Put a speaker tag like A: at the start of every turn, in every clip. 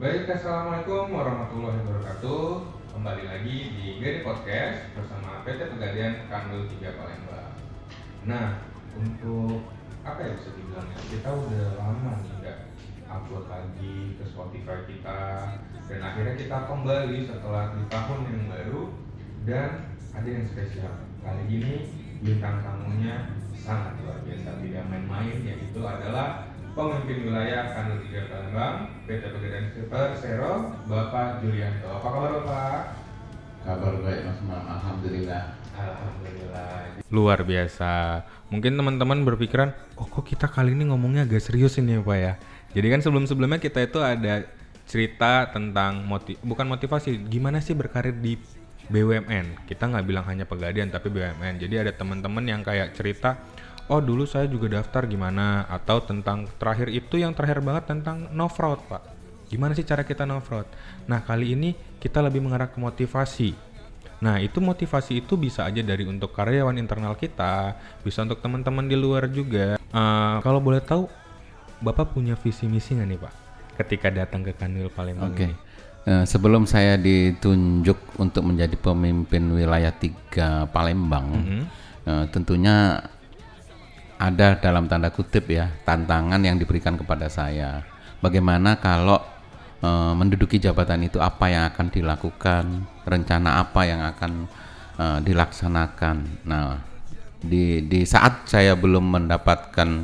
A: Baik, Assalamualaikum warahmatullahi wabarakatuh. Kembali lagi di Gede Podcast bersama PT Pegadaian Kandul 3 Palembang. Nah, untuk apa ya bisa dibilang ya, kita udah lama nih nggak upload lagi ke Spotify kita, dan akhirnya kita kembali setelah di tahun yang baru dan ada yang spesial. Kali ini bintang tamunya sangat luar biasa, tidak main-main, yaitu adalah Pemimpin Wilayah Kandul 3 Palembang, PT Pegadaian Persero, Bapak Julianto. Apa kabar Bapak?
B: Kabar baik Mas Mam, Alhamdulillah.
A: Alhamdulillah. Luar biasa. Mungkin teman-teman berpikiran, kok kita kali ini ngomongnya agak serius ini ya Pak ya. Jadi kan sebelum-sebelumnya kita itu ada cerita tentang bukan motivasi, gimana sih berkarir di BUMN. Kita nggak bilang hanya Pegadaian tapi BUMN. Jadi ada teman-teman yang kayak cerita, oh dulu saya juga daftar gimana, atau tentang terakhir itu yang terakhir banget tentang no fraud Pak. Gimana sih cara kita no fraud? Nah kali ini kita lebih mengarah ke motivasi. Nah itu motivasi itu bisa aja dari untuk karyawan internal kita, bisa untuk teman-teman di luar juga. Kalau boleh tahu, Bapak punya visi misi nggak nih Pak ketika datang ke Kanwil Palembang
B: Oke.
A: ini?
B: Sebelum saya ditunjuk untuk menjadi pemimpin wilayah 3 Palembang, tentunya ada dalam tanda kutip ya tantangan yang diberikan kepada saya. Bagaimana kalau menduduki jabatan itu, apa yang akan dilakukan, rencana apa yang akan dilaksanakan. Nah, di saat saya belum mendapatkan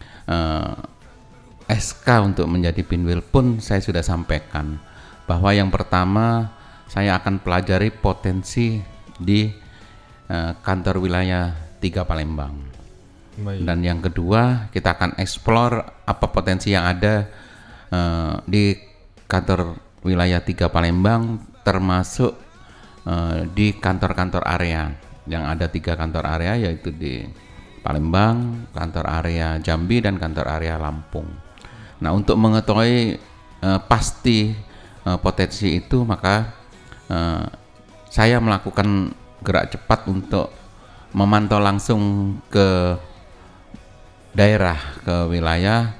B: SK untuk menjadi Pinwil pun saya sudah sampaikan bahwa yang pertama saya akan pelajari potensi di kantor wilayah 3 Palembang.
A: Baik.
B: Dan yang kedua kita akan eksplor apa potensi yang ada di kantor wilayah 3 Palembang, termasuk di kantor-kantor area yang ada 3 kantor area, yaitu di Palembang, kantor area Jambi, dan kantor area Lampung. Nah, untuk mengetahui pasti potensi itu, maka saya melakukan gerak cepat untuk memantau langsung ke daerah, ke wilayah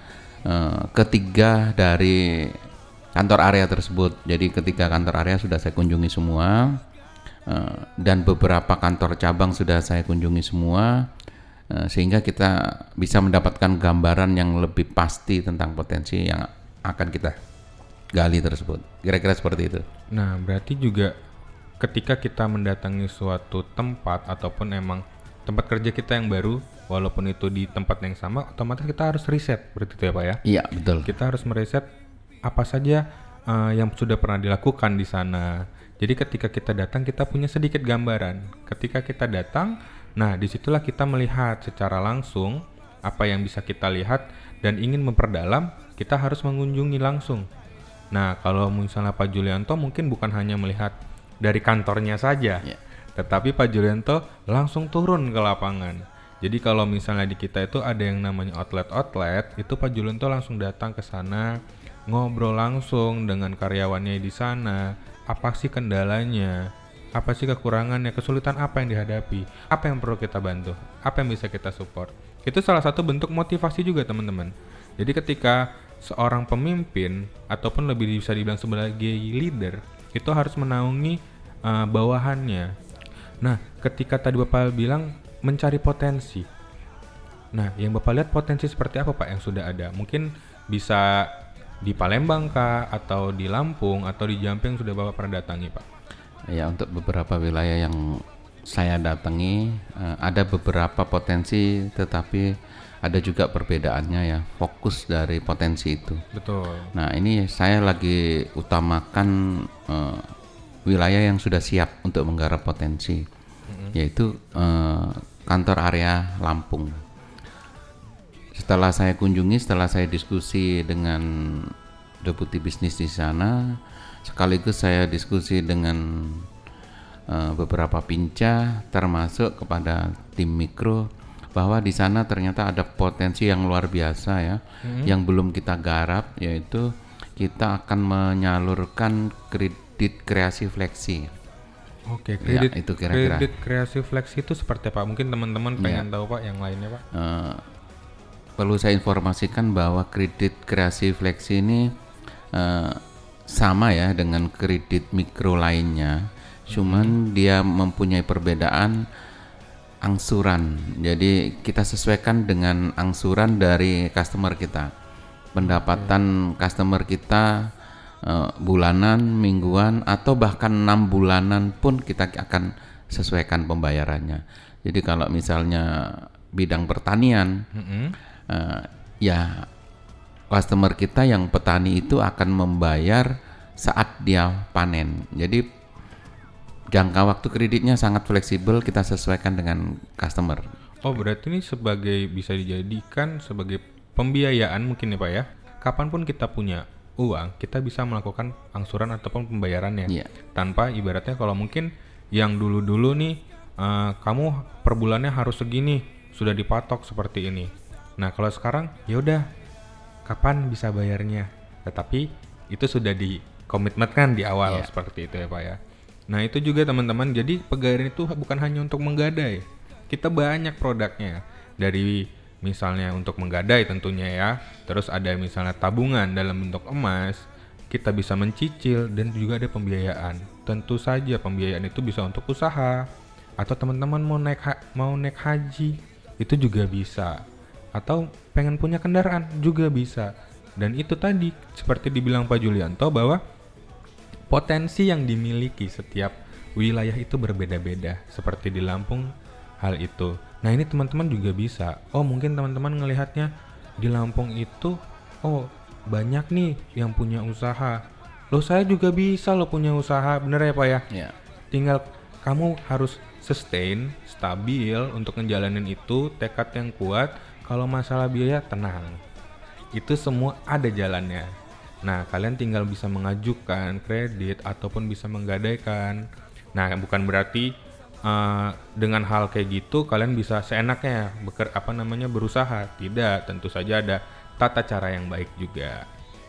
B: ketiga dari kantor area tersebut. Jadi ketiga kantor area sudah saya kunjungi semua, dan beberapa kantor cabang sudah saya kunjungi semua, sehingga kita bisa mendapatkan gambaran yang lebih pasti tentang potensi yang akan kita gali tersebut. Kira-kira seperti itu.
A: Nah, berarti juga ketika kita mendatangi suatu tempat ataupun emang tempat kerja kita yang baru, walaupun itu di tempat yang sama, otomatis kita harus riset, berarti itu ya Pak ya?
B: Iya, betul.
A: Kita harus meriset apa saja yang sudah pernah dilakukan di sana. Jadi ketika kita datang, kita punya sedikit gambaran. Ketika kita datang, nah disitulah kita melihat secara langsung apa yang bisa kita lihat, dan ingin memperdalam, kita harus mengunjungi langsung. Nah, kalau misalnya Pak Julianto mungkin bukan hanya melihat dari kantornya saja,
B: Ya.
A: tetapi Pak Julianto langsung turun ke lapangan. Jadi kalau misalnya di kita itu ada yang namanya outlet, itu Pak Julianto langsung datang ke sana, ngobrol langsung dengan karyawannya di sana, apa sih kendalanya, apa sih kekurangannya, kesulitan apa yang dihadapi, apa yang perlu kita bantu, apa yang bisa kita support. Itu salah satu bentuk motivasi juga teman-teman. Jadi ketika seorang pemimpin ataupun lebih bisa dibilang sebagai leader itu harus menaungi bawahannya. Nah, ketika tadi Bapak bilang mencari potensi. Nah, yang Bapak lihat potensi seperti apa Pak yang sudah ada? Mungkin bisa di Palembang kah, atau di Lampung, atau di Jambi yang sudah Bapak pernah datangi Pak?
B: Ya, untuk beberapa wilayah yang saya datangi ada beberapa potensi, tetapi ada juga perbedaannya ya, fokus dari potensi itu.
A: Betul.
B: Nah, ini saya lagi utamakan wilayah yang sudah siap untuk menggarap potensi, yaitu kantor area Lampung. Setelah saya kunjungi, setelah saya diskusi dengan deputi bisnis di sana, sekaligus saya diskusi dengan beberapa pinca, termasuk kepada tim mikro, bahwa di sana ternyata ada potensi yang luar biasa ya, yang belum kita garap, yaitu kita akan menyalurkan kredit kreasi fleksi.
A: Oke,
B: Ya, itu kira-kira.
A: kredit kreasi fleksi itu seperti apa? Mungkin teman-teman pengen tahu Pak yang lainnya Pak.
B: Perlu saya informasikan bahwa kredit kreasi fleksi ini sama ya dengan kredit mikro lainnya, cuman dia mempunyai perbedaan angsuran. Jadi kita sesuaikan dengan angsuran dari customer kita. Pendapatan customer kita bulanan, mingguan, atau bahkan 6 bulanan pun kita akan sesuaikan pembayarannya. Jadi kalau misalnya bidang pertanian, ya customer kita yang petani itu akan membayar saat dia panen. Jadi jangka waktu kreditnya sangat fleksibel, kita sesuaikan dengan customer.
A: Oh, berarti ini bisa dijadikan sebagai pembiayaan mungkin ya Pak ya. Kapanpun kita punya uang, kita bisa melakukan angsuran ataupun pembayarannya.
B: Iya.
A: Tanpa ibaratnya kalau mungkin yang dulu-dulu nih, kamu per bulannya harus segini, sudah dipatok seperti ini. Nah kalau sekarang ya udah, kapan bisa bayarnya? Tetapi itu sudah dikomitmenkan di awal seperti itu ya Pak ya. Nah itu juga teman-teman, jadi pegadaian itu bukan hanya untuk menggadai. Kita banyak produknya, dari misalnya untuk menggadai tentunya ya. Terus ada misalnya tabungan dalam bentuk emas, kita bisa mencicil, dan juga ada pembiayaan. Tentu saja pembiayaan itu bisa untuk usaha, atau teman-teman mau naik haji, itu juga bisa. Atau pengen punya kendaraan juga bisa. Dan itu tadi seperti dibilang Pak Julianto bahwa potensi yang dimiliki setiap wilayah itu berbeda-beda. Seperti di Lampung hal itu. Nah ini teman-teman juga bisa. Oh mungkin teman-teman ngelihatnya di Lampung itu, oh banyak nih yang punya usaha. Loh saya juga bisa loh punya usaha, bener ya Pak ya?
B: Iya.
A: Tinggal kamu harus sustain, stabil untuk ngejalanin itu, tekad yang kuat. Kalau masalah biaya tenang, itu semua ada jalannya. Nah kalian tinggal bisa mengajukan kredit ataupun bisa menggadaikan. Nah bukan berarti dengan hal kayak gitu kalian bisa seenaknya berusaha. Tidak, tentu saja ada tata cara yang baik juga.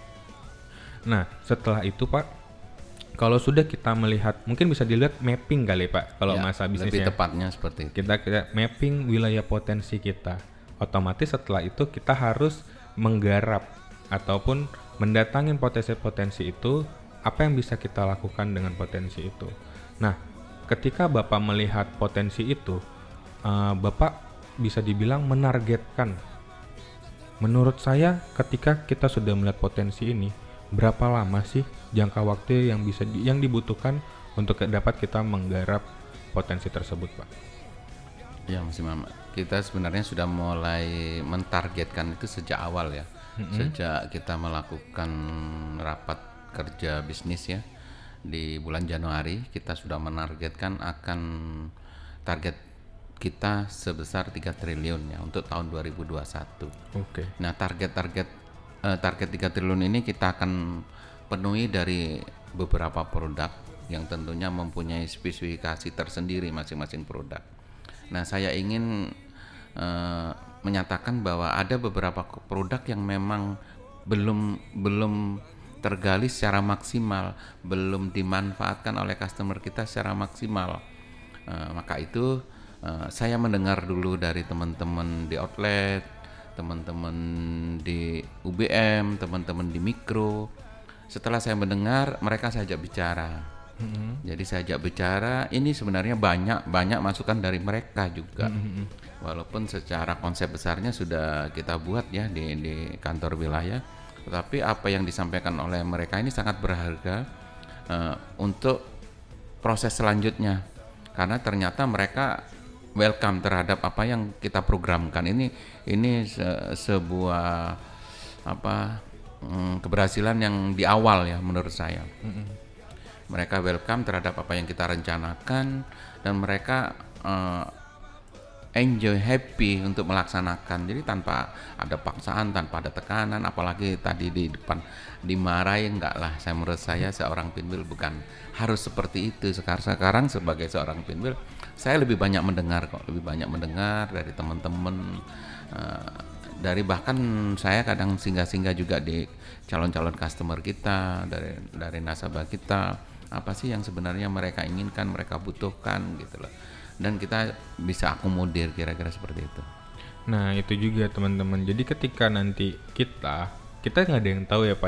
A: Nah setelah itu Pak, kalau sudah kita melihat, mungkin bisa dilihat mapping kali Pak, kalau masa bisnisnya.
B: Lebih tepatnya seperti itu.
A: Kita mapping wilayah potensi kita. Otomatis setelah itu kita harus menggarap ataupun mendatangin potensi-potensi itu. Apa yang bisa kita lakukan dengan potensi itu? Nah, ketika Bapak melihat potensi itu, Bapak bisa dibilang menargetkan. Menurut saya, ketika kita sudah melihat potensi ini, berapa lama sih jangka waktu yang dibutuhkan untuk dapat kita menggarap potensi tersebut, Pak?
B: Ya, Mas Imam, kita sebenarnya sudah mulai mentargetkan itu sejak awal ya. Sejak kita melakukan rapat kerja bisnis ya di bulan Januari, kita sudah menargetkan akan target kita sebesar 3 triliun ya untuk tahun 2021.
A: Oke.
B: Nah, target 3 triliun ini kita akan penuhi dari beberapa produk yang tentunya mempunyai spesifikasi tersendiri masing-masing produk. Nah, saya ingin menyatakan bahwa ada beberapa produk yang memang belum tergali secara maksimal, belum dimanfaatkan oleh customer kita secara maksimal. Maka itu saya mendengar dulu dari teman-teman di outlet, teman-teman di UBM, teman-teman di mikro. Setelah saya mendengar, mereka saya ajak bicara. Jadi saya ajak bicara, ini sebenarnya banyak masukan dari mereka juga. Walaupun secara konsep besarnya sudah kita buat ya di kantor wilayah, tetapi apa yang disampaikan oleh mereka ini sangat berharga untuk proses selanjutnya. Karena ternyata mereka welcome terhadap apa yang kita programkan. Ini sebuah keberhasilan yang di awal ya menurut saya. Mereka welcome terhadap apa yang kita rencanakan dan mereka enjoy, happy untuk melaksanakan. Jadi tanpa ada paksaan, tanpa ada tekanan, apalagi tadi di depan dimarahi, enggak lah. Menurut saya seorang pinwheel bukan harus seperti itu. Sekarang sebagai seorang pinwheel saya lebih banyak mendengar dari teman-teman, dari bahkan saya kadang singgah-singgah juga di calon-calon customer kita, dari nasabah kita, apa sih yang sebenarnya mereka inginkan, mereka butuhkan gitu loh, dan kita bisa akomodir kira-kira seperti itu.
A: Nah itu juga teman-teman, jadi ketika nanti kita nggak ada yang tahu ya Pak ya,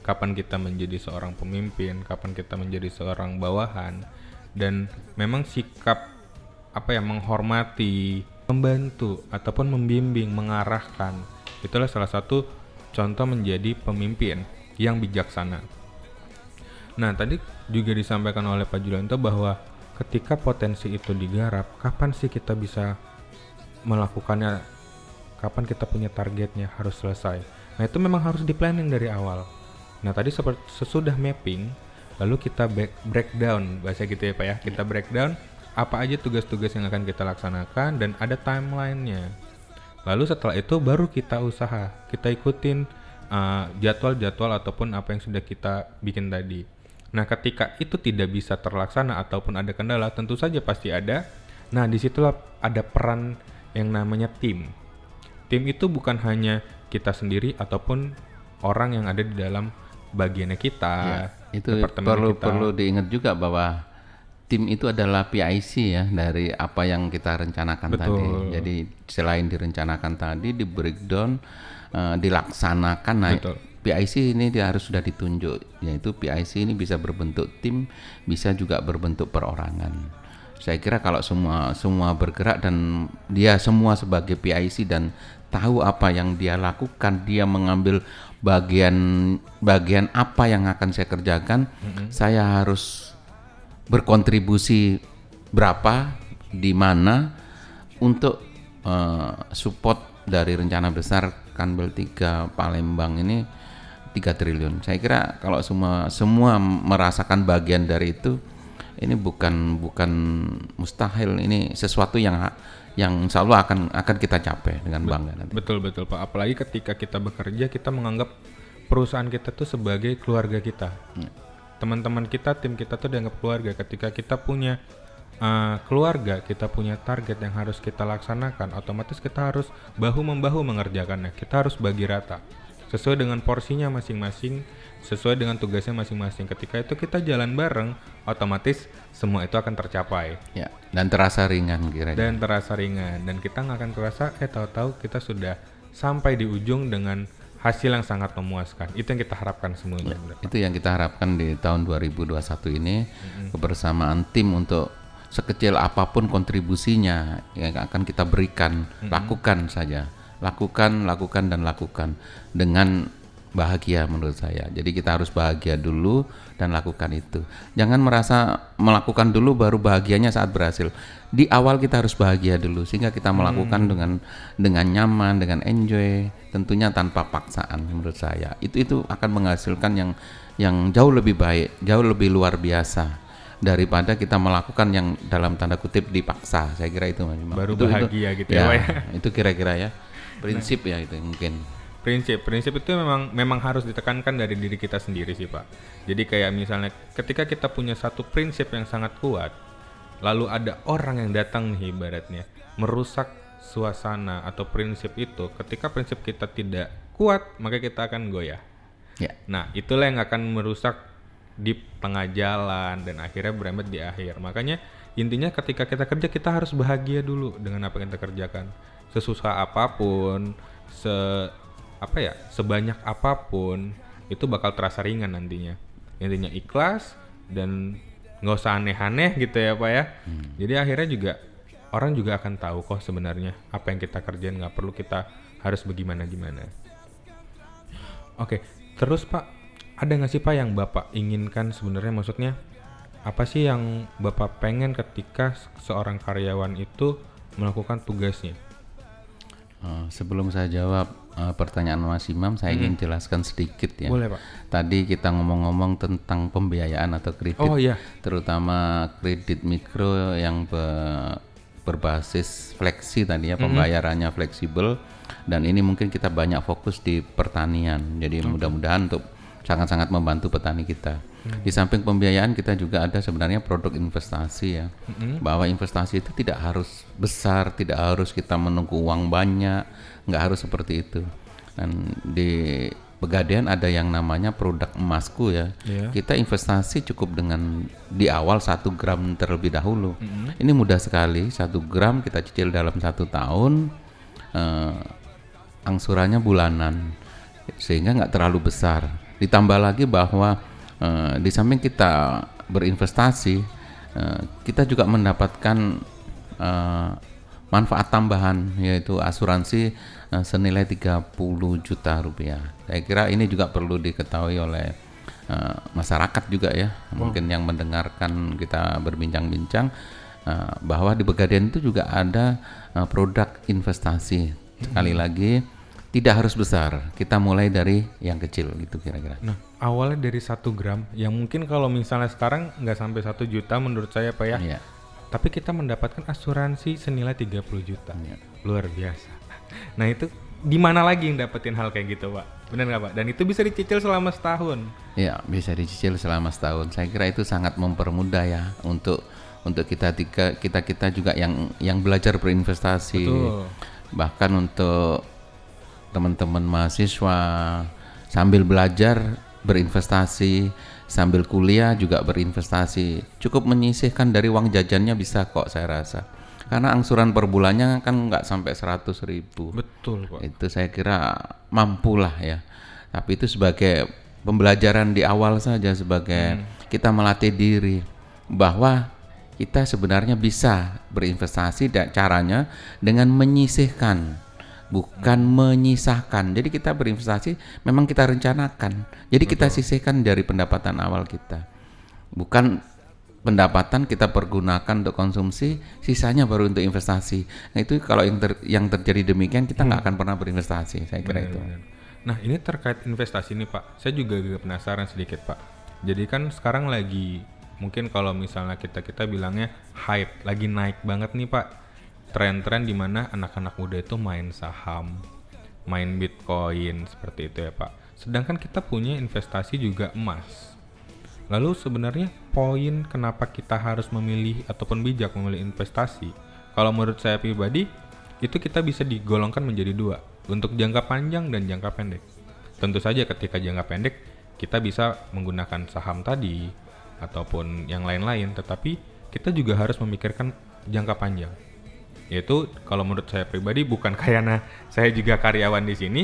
A: kapan kita menjadi seorang pemimpin, kapan kita menjadi seorang bawahan, dan memang sikap menghormati, membantu ataupun membimbing, mengarahkan, itulah salah satu contoh menjadi pemimpin yang bijaksana. Nah, tadi juga disampaikan oleh Pak Julianto bahwa ketika potensi itu digarap, kapan sih kita bisa melakukannya, kapan kita punya targetnya harus selesai. Nah, itu memang harus di planning dari awal. Nah, tadi sesudah mapping, lalu kita breakdown, bahasa gitu ya Pak ya, kita breakdown apa aja tugas-tugas yang akan kita laksanakan dan ada timeline-nya. Lalu setelah itu baru kita usaha, kita ikutin jadwal-jadwal ataupun apa yang sudah kita bikin tadi. Nah, ketika itu tidak bisa terlaksana ataupun ada kendala, tentu saja pasti ada. Nah, disitulah ada peran yang namanya tim. Tim itu bukan hanya kita sendiri ataupun orang yang ada di dalam bagiannya kita.
B: Ya, itu perlu diingat juga bahwa tim itu adalah PIC ya dari apa yang kita rencanakan. Betul. Tadi. Jadi selain direncanakan tadi, di breakdown, dilaksanakan. Nah, PIC ini dia harus sudah ditunjuk, yaitu PIC ini bisa berbentuk tim, bisa juga berbentuk perorangan. Saya kira kalau semua bergerak dan dia semua sebagai PIC dan tahu apa yang dia lakukan, dia mengambil bagian apa yang akan saya kerjakan, saya harus berkontribusi berapa, di mana untuk support dari rencana besar Kanwil 3 Palembang ini 3 triliun. Saya kira kalau semua merasakan bagian dari itu, ini bukan mustahil, ini sesuatu yang insya Allah akan kita capai dengan bangga nanti.
A: Betul Pak. Apalagi ketika kita bekerja, kita menganggap perusahaan kita tuh sebagai keluarga kita. Teman-teman kita, tim kita tuh dianggap keluarga. Ketika kita punya keluarga, kita punya target yang harus kita laksanakan, otomatis kita harus bahu-membahu mengerjakannya. Kita harus bagi rata sesuai dengan porsinya masing-masing, sesuai dengan tugasnya masing-masing. Ketika itu kita jalan bareng, otomatis semua itu akan tercapai.
B: Ya, dan terasa ringan kira-kira.
A: Dan kita nggak akan terasa tahu-tahu kita sudah sampai di ujung dengan hasil yang sangat memuaskan. Itu yang kita harapkan semuanya.
B: Ya, itu yang kita harapkan di tahun 2021 ini, kebersamaan tim untuk sekecil apapun kontribusinya yang akan kita berikan, lakukan saja. Lakukan dengan bahagia menurut saya. Jadi kita harus bahagia dulu dan lakukan itu. Jangan merasa melakukan dulu baru bahagianya saat berhasil. Di awal kita harus bahagia dulu sehingga kita melakukan dengan nyaman, dengan enjoy, tentunya tanpa paksaan menurut saya. Itu akan menghasilkan yang jauh lebih baik, jauh lebih luar biasa daripada kita melakukan yang dalam tanda kutip dipaksa. Saya kira itu
A: baru bahagia gitu ya.
B: Itu kira-kira ya. Prinsip ya itu mungkin.
A: Prinsip itu memang harus ditekankan dari diri kita sendiri sih Pak. Jadi kayak misalnya ketika kita punya satu prinsip yang sangat kuat, lalu ada orang yang datang nih ibaratnya merusak suasana atau prinsip itu, ketika prinsip kita tidak kuat maka kita akan goyah. Ya. Nah, itulah yang akan merusak di tengah jalan dan akhirnya berembet di akhir. Makanya intinya ketika kita kerja kita harus bahagia dulu dengan apa yang kita kerjakan. Sesusah apapun, sebanyak apapun itu bakal terasa ringan nantinya. Intinya ikhlas dan nggak usah aneh-aneh gitu ya Pak ya. Jadi akhirnya juga orang juga akan tahu kok sebenarnya apa yang kita kerjain, nggak perlu kita harus bagaimana-gimana. Oke, terus Pak, ada nggak sih Pak yang Bapak inginkan sebenarnya, maksudnya apa sih yang Bapak pengen ketika seorang karyawan itu melakukan tugasnya?
B: Sebelum saya jawab pertanyaan Mas Imam, saya ingin jelaskan sedikit ya.
A: Boleh Pak.
B: Tadi kita ngomong-ngomong tentang pembiayaan atau kredit, terutama kredit mikro yang berbasis fleksi tadi ya, pembayarannya fleksibel, dan ini mungkin kita banyak fokus di pertanian. Jadi mudah-mudahan untuk sangat-sangat membantu petani kita. Di samping pembiayaan kita juga ada sebenarnya produk investasi ya. Bahwa investasi itu tidak harus besar, tidak harus kita menunggu uang banyak, nggak harus seperti itu. Dan di Pegadaian ada yang namanya produk emasku ya. Kita investasi cukup dengan di awal 1 gram terlebih dahulu. Ini mudah sekali, 1 gram kita cicil dalam 1 tahun, angsurannya bulanan, sehingga nggak terlalu besar. Ditambah lagi bahwa di samping kita berinvestasi, kita juga mendapatkan manfaat tambahan, yaitu asuransi senilai 30 juta rupiah. Saya kira ini juga perlu diketahui oleh masyarakat juga ya, mungkin yang mendengarkan kita berbincang-bincang, bahwa di Pegadaian itu juga ada produk investasi. Sekali lagi, tidak harus besar, kita mulai dari yang kecil gitu kira-kira.
A: Nah, awalnya dari 1 gram, yang mungkin kalau misalnya sekarang nggak sampai 1 juta menurut saya Pak ya.
B: Iya.
A: Tapi kita mendapatkan asuransi senilai 30 juta.
B: Iya.
A: Luar biasa. Nah itu di mana lagi yang dapetin hal kayak gitu Pak? Benar nggak Pak? Dan itu bisa dicicil selama setahun.
B: Ya, bisa dicicil selama setahun. Saya kira itu sangat mempermudah ya untuk kita juga yang belajar berinvestasi.
A: Betul.
B: Bahkan untuk teman-teman mahasiswa sambil belajar berinvestasi, sambil kuliah juga berinvestasi. Cukup menyisihkan dari uang jajannya bisa kok saya rasa. Karena angsuran per bulannya kan nggak sampai 100.000.
A: Betul Pak.
B: Itu saya kira mampulah ya. Tapi itu sebagai pembelajaran di awal saja, sebagai kita melatih diri bahwa kita sebenarnya bisa berinvestasi dan caranya dengan menyisihkan, bukan menyisahkan. Jadi kita berinvestasi memang kita rencanakan. Jadi kita sisihkan dari pendapatan awal kita. Bukan pendapatan kita pergunakan untuk konsumsi, sisanya baru untuk investasi. Nah itu kalau yang terjadi demikian, kita nggak akan pernah berinvestasi. Saya kira itu.
A: Nah ini terkait investasi nih Pak, saya juga agak penasaran sedikit Pak. Jadi kan sekarang lagi, mungkin kalau misalnya kita bilangnya hype, lagi naik banget nih Pak. Tren-tren di mana anak-anak muda itu main saham, main Bitcoin, seperti itu ya Pak. Sedangkan kita punya investasi juga emas. Lalu sebenarnya poin kenapa kita harus memilih ataupun bijak memilih investasi? Kalau menurut saya pribadi, itu kita bisa digolongkan menjadi 2, untuk jangka panjang dan jangka pendek. Tentu saja ketika jangka pendek, kita bisa menggunakan saham tadi, ataupun yang lain-lain, tetapi kita juga harus memikirkan jangka panjang. Yaitu kalau menurut saya pribadi, bukan karena saya juga karyawan di sini,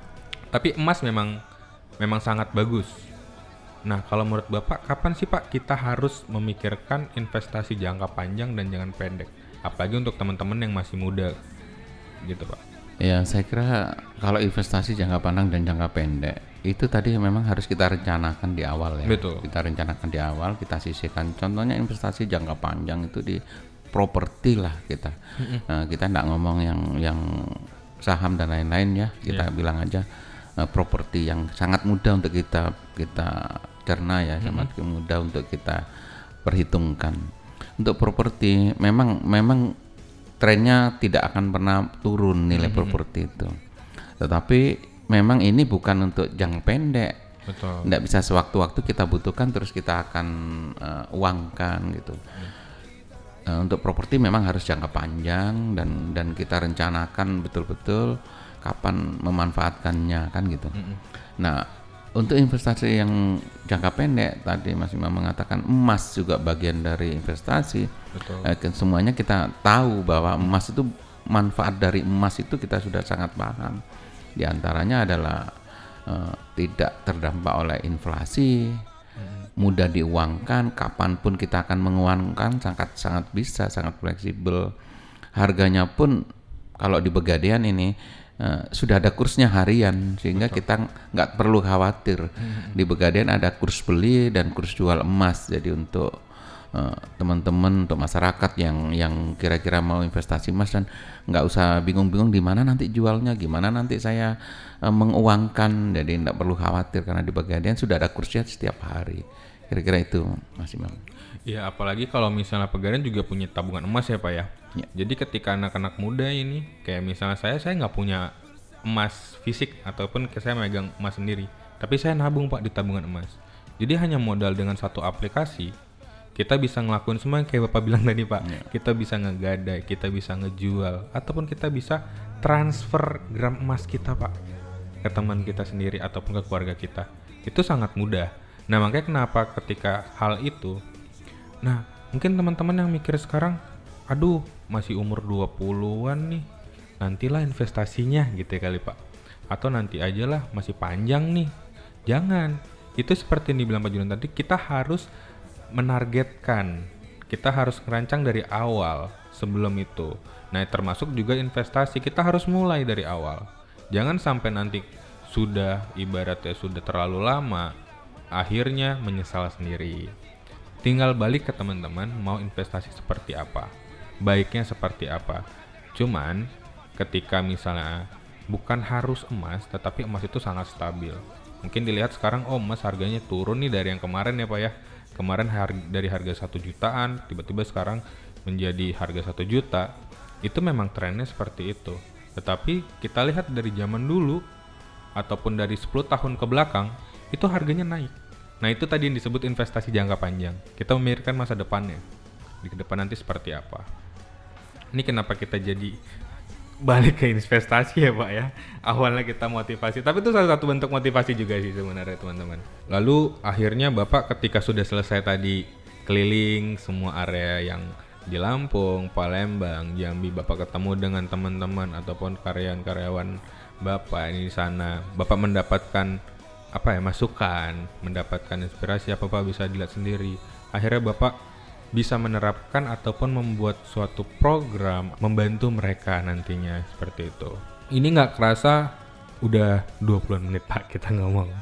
A: tapi emas memang sangat bagus. Nah, kalau menurut Bapak, kapan sih Pak kita harus memikirkan investasi jangka panjang dan jangka pendek? Apalagi untuk teman-teman yang masih muda, gitu Pak.
B: Ya, saya kira kalau investasi jangka panjang dan jangka pendek, itu tadi memang harus kita rencanakan di awal ya.
A: Betul.
B: Kita rencanakan di awal, kita sisihkan. Contohnya investasi jangka panjang itu di properti lah kita. Kita nggak ngomong yang saham dan lain-lain ya. Kita bilang aja properti yang sangat mudah untuk kita cerna ya, sangat mudah untuk kita perhitungkan. Untuk properti memang trennya tidak akan pernah turun nilai properti itu. Tetapi memang ini bukan untuk jangka pendek.
A: Betul.
B: Nggak bisa sewaktu-waktu kita butuhkan terus kita akan uangkan gitu. Untuk properti memang harus jangka panjang dan kita rencanakan betul-betul kapan memanfaatkannya kan gitu. Nah, untuk investasi yang jangka pendek tadi Mas Imam mengatakan emas juga bagian dari investasi.
A: Betul.
B: Semuanya kita tahu bahwa emas itu, manfaat dari emas itu kita sudah sangat paham. Di antaranya adalah tidak terdampak oleh inflasi, mudah diuangkan, kapanpun kita akan menguangkan, sangat bisa, sangat fleksibel. Harganya pun kalau di Pegadaian ini sudah ada kursnya harian, sehingga kita nggak perlu khawatir. Di Pegadaian ada kurs beli dan kurs jual emas. Jadi untuk teman-teman, untuk masyarakat yang kira-kira mau investasi emas dan nggak usah bingung-bingung di mana nanti jualnya, gimana nanti saya menguangkan. Jadi nggak perlu khawatir karena di Pegadaian sudah ada kursnya setiap hari. Kira-kira itu Mas Imam.
A: Ya, apalagi kalau misalnya Pegadaian juga punya tabungan emas ya Pak ya. Jadi ketika anak-anak muda ini, kayak misalnya saya nggak punya emas fisik ataupun saya megang emas sendiri, tapi saya nabung Pak di tabungan emas. Jadi hanya modal dengan satu aplikasi, kita bisa ngelakuin semua yang kayak Bapak bilang tadi Pak. Kita bisa ngegadai, kita bisa ngejual, ataupun kita bisa transfer gram emas kita Pak ke teman kita sendiri ataupun ke keluarga kita. Itu sangat mudah. Nah makanya kenapa ketika hal itu, nah mungkin teman-teman yang mikir sekarang, aduh masih umur 20-an nih, nantilah investasinya gitu ya kali Pak. Atau nanti aja lah, masih panjang nih. Jangan. Itu seperti yang dibilang Pak Julian tadi, kita harus menargetkan. Kita harus merancang dari awal sebelum itu. Nah, termasuk juga investasi, kita harus mulai dari awal. Jangan sampai nanti sudah ibaratnya sudah terlalu lama, akhirnya menyesal sendiri. Tinggal balik ke teman-teman mau investasi seperti apa, baiknya seperti apa. Cuman ketika misalnya bukan harus emas, tetapi emas itu sangat stabil. Mungkin dilihat sekarang, oh emas harganya turun nih dari yang kemarin ya Pak ya. Kemarin dari harga 1 jutaan, tiba-tiba sekarang menjadi harga 1 juta. Itu memang trennya seperti itu. Tetapi kita lihat dari zaman dulu, ataupun dari 10 tahun ke belakang, itu harganya naik. Nah itu tadi yang disebut investasi jangka panjang. Kita memikirkan masa depannya. Di depan nanti seperti apa. Ini kenapa kita jadi balik ke investasi ya Pak ya. Awalnya kita motivasi, tapi itu salah satu bentuk motivasi juga sih sebenarnya teman-teman. Lalu akhirnya Bapak ketika sudah selesai tadi keliling semua area yang di Lampung, Palembang, Jambi, Bapak ketemu dengan teman-teman ataupun karyawan-karyawan Bapak ini di sana. Bapak mendapatkan apa ya, masukan, mendapatkan inspirasi apa Pak bisa dilihat sendiri. Akhirnya Bapak bisa menerapkan ataupun membuat suatu program membantu mereka nantinya seperti itu. Ini nggak kerasa udah 20 menit Pak kita ngomong.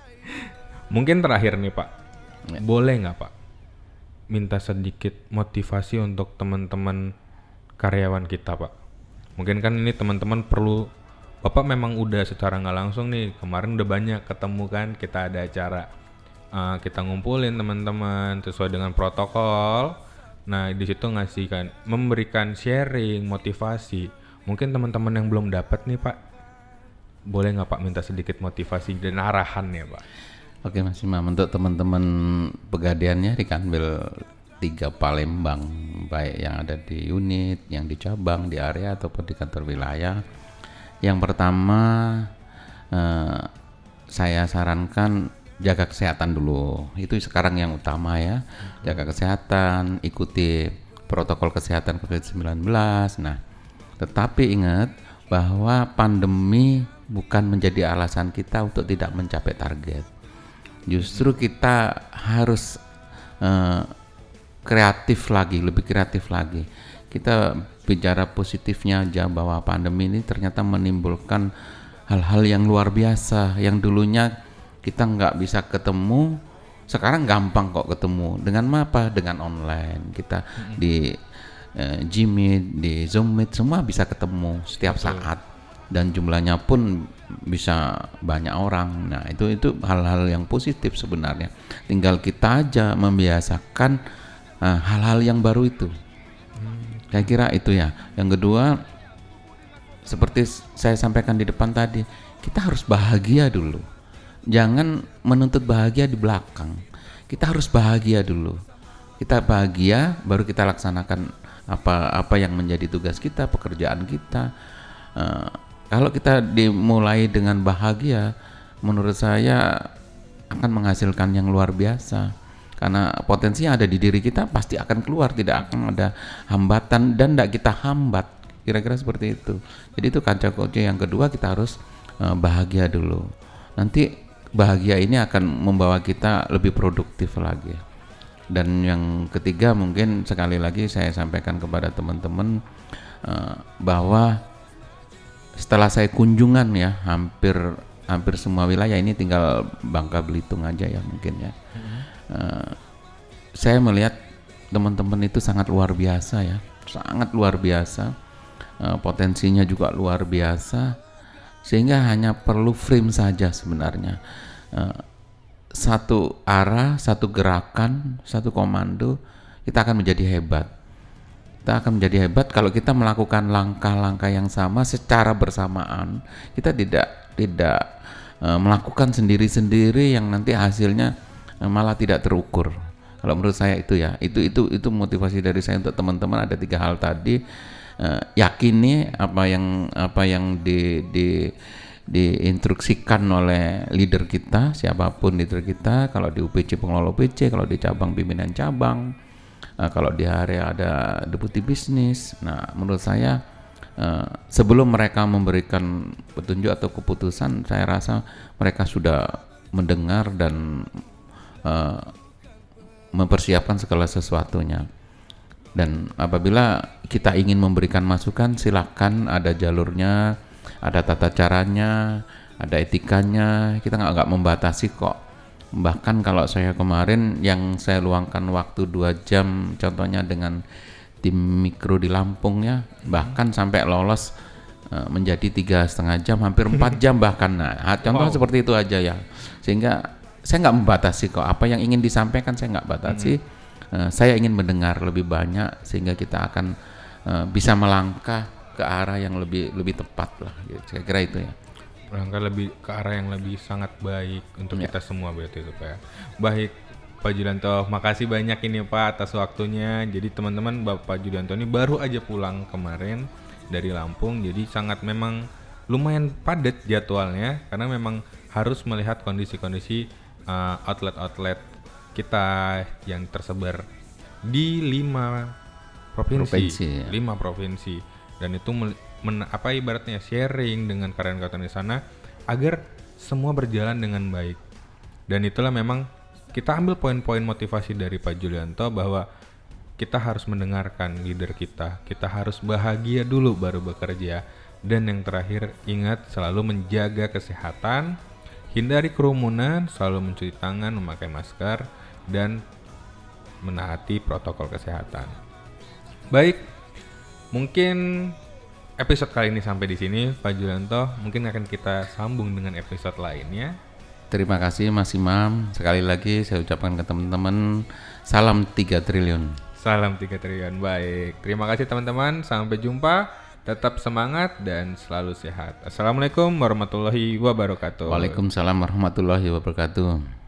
A: Mungkin terakhir nih Pak, boleh nggak Pak minta sedikit motivasi untuk teman-teman karyawan kita Pak? Mungkin kan ini teman-teman perlu, Bapak memang udah secara nggak langsung nih, kemarin udah banyak ketemu kan, kita ada acara. Kita ngumpulin teman-teman sesuai dengan protokol. Nah di situ ngasihkan, memberikan sharing, motivasi. Mungkin teman-teman yang belum dapat nih Pak, boleh nggak Pak minta sedikit motivasi dan arahannya Pak?
B: Oke Mas Imam, untuk teman-teman Pegadaiannya di Kanwil 3 Palembang, baik yang ada di unit, yang di cabang, di area ataupun di kantor wilayah. Yang pertama saya sarankan jaga kesehatan dulu, itu sekarang yang utama ya. Jaga kesehatan, ikuti protokol kesehatan COVID-19. Nah, tetapi ingat bahwa pandemi bukan menjadi alasan kita untuk tidak mencapai target. Justru kita harus kreatif lagi, lebih kreatif lagi. Kita bicara positifnya aja, bahwa pandemi ini ternyata menimbulkan hal-hal yang luar biasa, yang dulunya kita nggak bisa ketemu, sekarang gampang kok ketemu. Dengan apa? Dengan online. Kita di Gmeet, di Zoom Meet, semua bisa ketemu setiap saat, dan jumlahnya pun bisa banyak orang. Nah itu hal-hal yang positif sebenarnya. Tinggal kita aja membiasakan hal-hal yang baru itu. Saya kira itu ya. Yang kedua, seperti saya sampaikan di depan tadi, kita harus bahagia dulu. Jangan menuntut bahagia di belakang. Kita harus bahagia dulu. Kita bahagia, baru kita laksanakan apa yang menjadi tugas kita, pekerjaan kita. Kalau kita dimulai dengan bahagia, menurut saya akan menghasilkan yang luar biasa. Karena potensi yang ada di diri kita pasti akan keluar, tidak akan ada hambatan dan tidak kita hambat. Kira-kira seperti itu. Jadi itu kaca kunci yang kedua, kita harus bahagia dulu. Nanti bahagia ini akan membawa kita lebih produktif lagi. Dan yang ketiga, mungkin sekali lagi saya sampaikan kepada teman-teman bahwa setelah saya kunjungan ya hampir semua wilayah, ini tinggal Bangka Belitung aja ya mungkin ya. Saya melihat teman-teman itu sangat luar biasa ya, sangat luar biasa, potensinya juga luar biasa, sehingga hanya perlu frame saja sebenarnya. Satu arah, satu gerakan, satu komando, kita akan menjadi hebat. Kita akan menjadi hebat kalau kita melakukan langkah-langkah yang sama secara bersamaan. Kita tidak melakukan sendiri-sendiri yang nanti hasilnya malah tidak terukur. Kalau menurut saya itu ya, itu motivasi dari saya untuk teman-teman. Ada 3 hal tadi. Yakini apa yang diinstruksikan oleh leader kita, siapapun leader kita. Kalau di UPC pengelola UPC, kalau di cabang pimpinan cabang, kalau di area ada deputi bisnis. Nah menurut saya sebelum mereka memberikan petunjuk atau keputusan, saya rasa mereka sudah mendengar dan mempersiapkan segala sesuatunya. Dan apabila kita ingin memberikan masukan, silakan, ada jalurnya, ada tata caranya, ada etikanya. Kita nggak membatasi kok. Bahkan kalau saya kemarin yang saya luangkan waktu 2 jam, contohnya dengan tim mikro di Lampung ya, bahkan sampai lolos menjadi 3,5 jam, hampir 4 jam bahkan. Nah, contoh seperti itu aja ya. Sehingga saya nggak membatasi kok. Apa yang ingin disampaikan saya nggak batasi. Saya ingin mendengar lebih banyak sehingga kita akan bisa melangkah ke arah yang lebih tepat lah. Gitu. Saya kira itu ya.
A: Melangkah lebih ke arah yang lebih sangat baik untuk kita semua berarti itu Pak ya. Baik Pak Julianto, makasih banyak ini Pak atas waktunya. Jadi teman-teman, Bapak Julianto ini baru aja pulang kemarin dari Lampung, jadi sangat memang lumayan padat jadwalnya karena memang harus melihat kondisi-kondisi outlet-outlet kita yang tersebar di 5 provinsi. 5 provinsi, dan itu ibaratnya sharing dengan karyawan-karyawan di sana agar semua berjalan dengan baik. Dan itulah memang kita ambil poin-poin motivasi dari Pak Julianto bahwa kita harus mendengarkan leader kita harus bahagia dulu baru bekerja, dan yang terakhir ingat selalu menjaga kesehatan, hindari kerumunan, selalu mencuci tangan, memakai masker, dan menaati protokol kesehatan. Baik, mungkin episode kali ini sampai di sini Pak Julianto, mungkin akan kita sambung dengan episode lainnya.
B: Terima kasih Mas Imam. Sekali lagi saya ucapkan ke teman-teman, salam 3 triliun.
A: Salam 3 triliun. Baik, terima kasih teman-teman. Sampai jumpa. Tetap semangat dan selalu sehat. Assalamualaikum warahmatullahi wabarakatuh.
B: Waalaikumsalam warahmatullahi wabarakatuh.